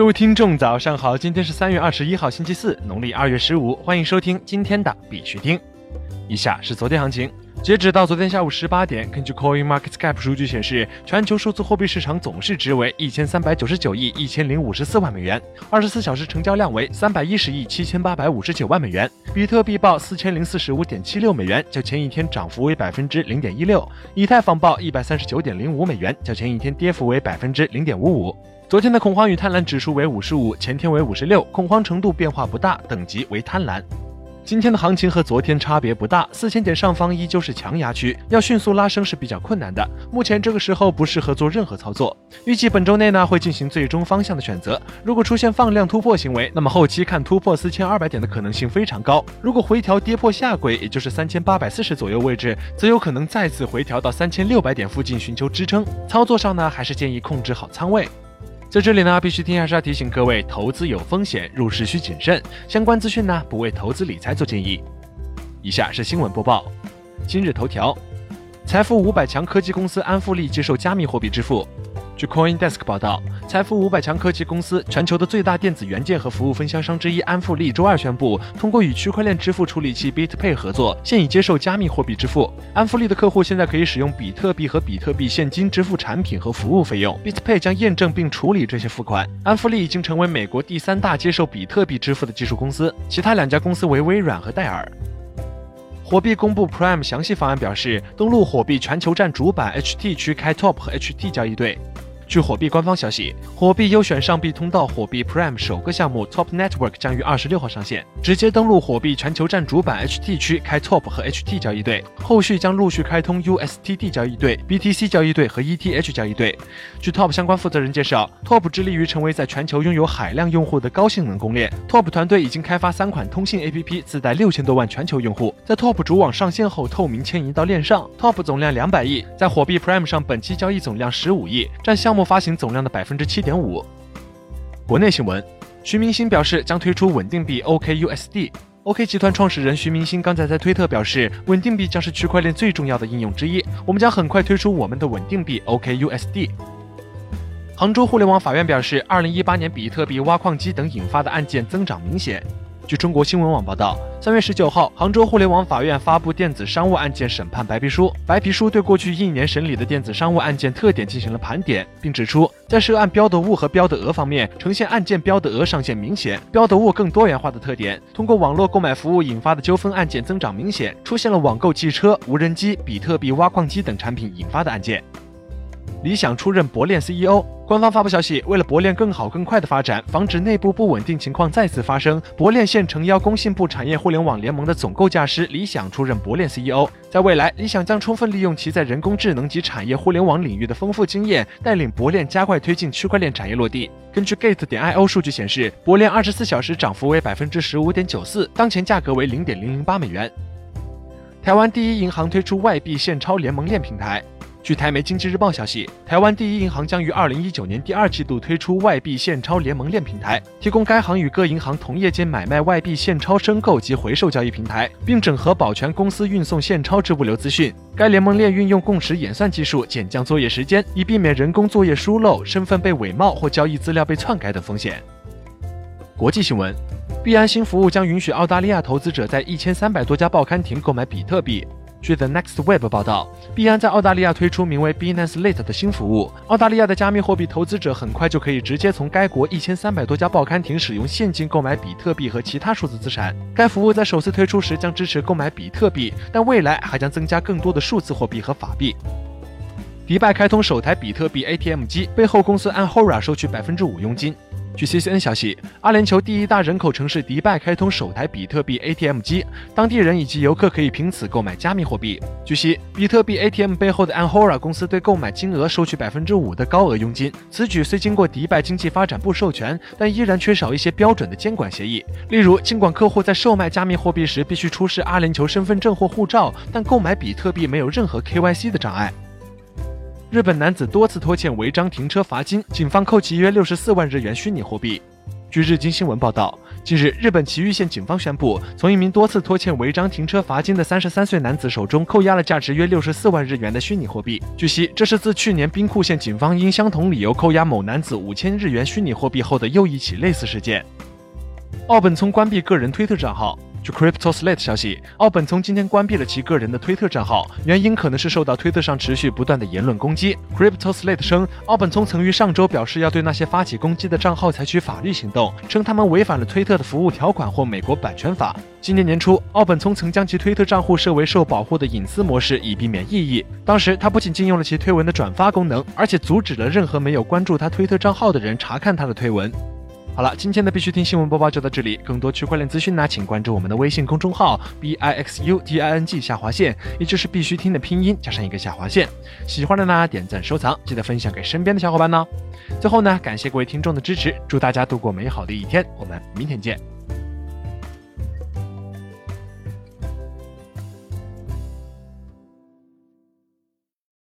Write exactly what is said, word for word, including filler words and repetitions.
各位听众早上好，今天是三月二十一号星期四，农历二月十五，欢迎收听今天的必须听。以下是昨天行情。截止到昨天下午十八点，根据 CoinMarketCap 数据显示，全球数字货币市场总市值为一千三百九十九亿一千零五十四万美元，二十四小时成交量为三百一十亿七千八百五十九万美元。比特币报四千零四十五点七六美元，较前一天涨幅为百分之零点一六；以太坊报一百三十九点零五美元，较前一天跌幅为百分之零点五五。昨天的恐慌与贪婪指数为五十五，前天为五十六，恐慌程度变化不大，等级为贪婪。今天的行情和昨天差别不大，四千点上方依旧是强压区，要迅速拉升是比较困难的。目前这个时候不适合做任何操作。预计本周内呢会进行最终方向的选择。如果出现放量突破行为，那么后期看突破四千二百点的可能性非常高。如果回调跌破下轨，也就是三千八百四十左右位置，则有可能再次回调到三千六百点附近寻求支撑。操作上呢，还是建议控制好仓位。在这里呢，必须听还是要提醒各位，投资有风险，入市需谨慎。相关资讯呢，不为投资理财做建议。以下是新闻播报。今日头条：财富五百强科技公司安富利接受加密货币支付。据 CoinDesk 报道，财富五百强科技公司全球的最大电子元件和服务分销商之一安富利周二宣布，通过与区块链支付处理器 BitPay 合作，现已接受加密货币支付。安富利的客户现在可以使用比特币和比特币现金支付产品和服务费用 ，BitPay 将验证并处理这些付款。安富利已经成为美国第三大接受比特币支付的技术公司，其他两家公司为微软和戴尔。火币公布 Prime 详细方案，表示登陆火币全球站主板 H T 区开 Top 和 H T 交易对。据火币官方消息，火币优选上币通道火币 Prime 首个项目 Top Network 将于二十六号上线，直接登录火币全球站主板 H T 区开 Top 和 H T 交易对，后续将陆续开通 U S T D 交易对、B T C 交易对和 E T H 交易对。据 Top 相关负责人介绍 ，Top 致力于成为在全球拥有海量用户的高性能公链。Top 团队已经开发三款通信 A P P， 自带六千多万全球用户，在 Top 主网上线后透明迁移到链上。Top 总量两百亿，在火币 Prime 上本期交易总量十五亿，占项目发行总量的百分之七点五。国内新闻，徐明星表示将推出稳定币 O K U S D。O K 集团创始人徐明星刚才在推特表示，稳定币将是区块链最重要的应用之一，我们将很快推出我们的稳定币 O K U S D。杭州互联网法院表示，二零一八年比特币挖矿机等引发的案件增长明显。据中国新闻网报道，三月十九号，杭州互联网法院发布电子商务案件审判白皮书。白皮书对过去一年审理的电子商务案件特点进行了盘点，并指出，在涉案标的物和标的额方面，呈现案件标的额上限明显、标的物更多元化的特点。通过网络购买服务引发的纠纷案件增长明显，出现了网购汽车、无人机、比特币挖矿机等产品引发的案件。理想出任博链 C E O。官方发布消息，为了博链更好更快的发展，防止内部不稳定情况再次发生，博链现诚邀工信部产业互联网联盟的总构架师理想出任博链 C E O。在未来，理想将充分利用其在人工智能及产业互联网领域的丰富经验，带领博链加快推进区块链产业落地。根据 Gate 点 I O 数据显示，博链二十四小时涨幅为百分之十五点九四，当前价格为零点零零八美元。台湾第一银行推出外币现钞联盟链平台。据台媒经济日报消息，台湾第一银行将于二零一九年第二季度推出外币现钞联盟链平台，提供该行与各银行同业间买卖外币现钞申购及回售交易平台，并整合保全公司运送现钞之物流资讯。该联盟链运用共识演算技术，减降作业时间，以避免人工作业疏漏、身份被伪冒或交易资料被篡改等风险。国际新闻，币安新服务将允许澳大利亚投资者在一千三百多家报刊亭购买比特币。据 The Next Web 报道，币安在澳大利亚推出名为 Binance Lite 的新服务，澳大利亚的加密货币投资者很快就可以直接从该国一千三百多家报刊亭使用现金购买比特币和其他数字资产。该服务在首次推出时将支持购买比特币，但未来还将增加更多的数字货币和法币。迪拜开通首台比特币 A T M 机，背后公司 Anhora 收取 百分之五 佣金。据 C C N 消息，阿联酋第一大人口城市迪拜开通首台比特币 A T M 机，当地人以及游客可以凭此购买加密货币。据悉，比特币 A T M 背后的 Anhora 公司对购买金额收取 百分之五 的高额佣金。此举虽经过迪拜经济发展部授权，但依然缺少一些标准的监管协议。例如，尽管客户在售卖加密货币时必须出示阿联酋身份证或护照，但购买比特币没有任何 K Y C 的障碍。日本男子多次拖欠违章停车罚金，警方扣其约六十四万日元虚拟货币。据日经新闻报道， 近日，日本埼玉县警方宣布，从一名多次拖欠违章停车罚金的三十三岁男子手中扣押了价值约六十四万日元的虚拟货币。据悉，这是自去年兵库县警方因相同理由扣押某男子五千日元虚拟货币后的又一起类似事件。奥本聪关闭个人推特账号。据 CryptoSlate 消息，奥本聪今天关闭了其个人的推特账号，原因可能是受到推特上持续不断的言论攻击。CryptoSlate 称，奥本聪曾于上周表示要对那些发起攻击的账号采取法律行动，称他们违反了推特的服务条款或美国版权法。今年年初，奥本聪曾将其推特账户设为受保护的隐私模式，以避免异议。当时，他不仅禁用了其推文的转发功能，而且阻止了任何没有关注他推特账号的人查看他的推文。好了，今天的必须听新闻播报就到这里。更多区块链资讯呢，请关注我们的微信公众号 B I X U T I N G 下划线，也就是必须听的拼音加上一个下划线。喜欢的呢，点赞收藏，记得分享给身边的小伙伴呢。最后呢，感谢各位听众的支持，祝大家度过美好的一天，我们明天见。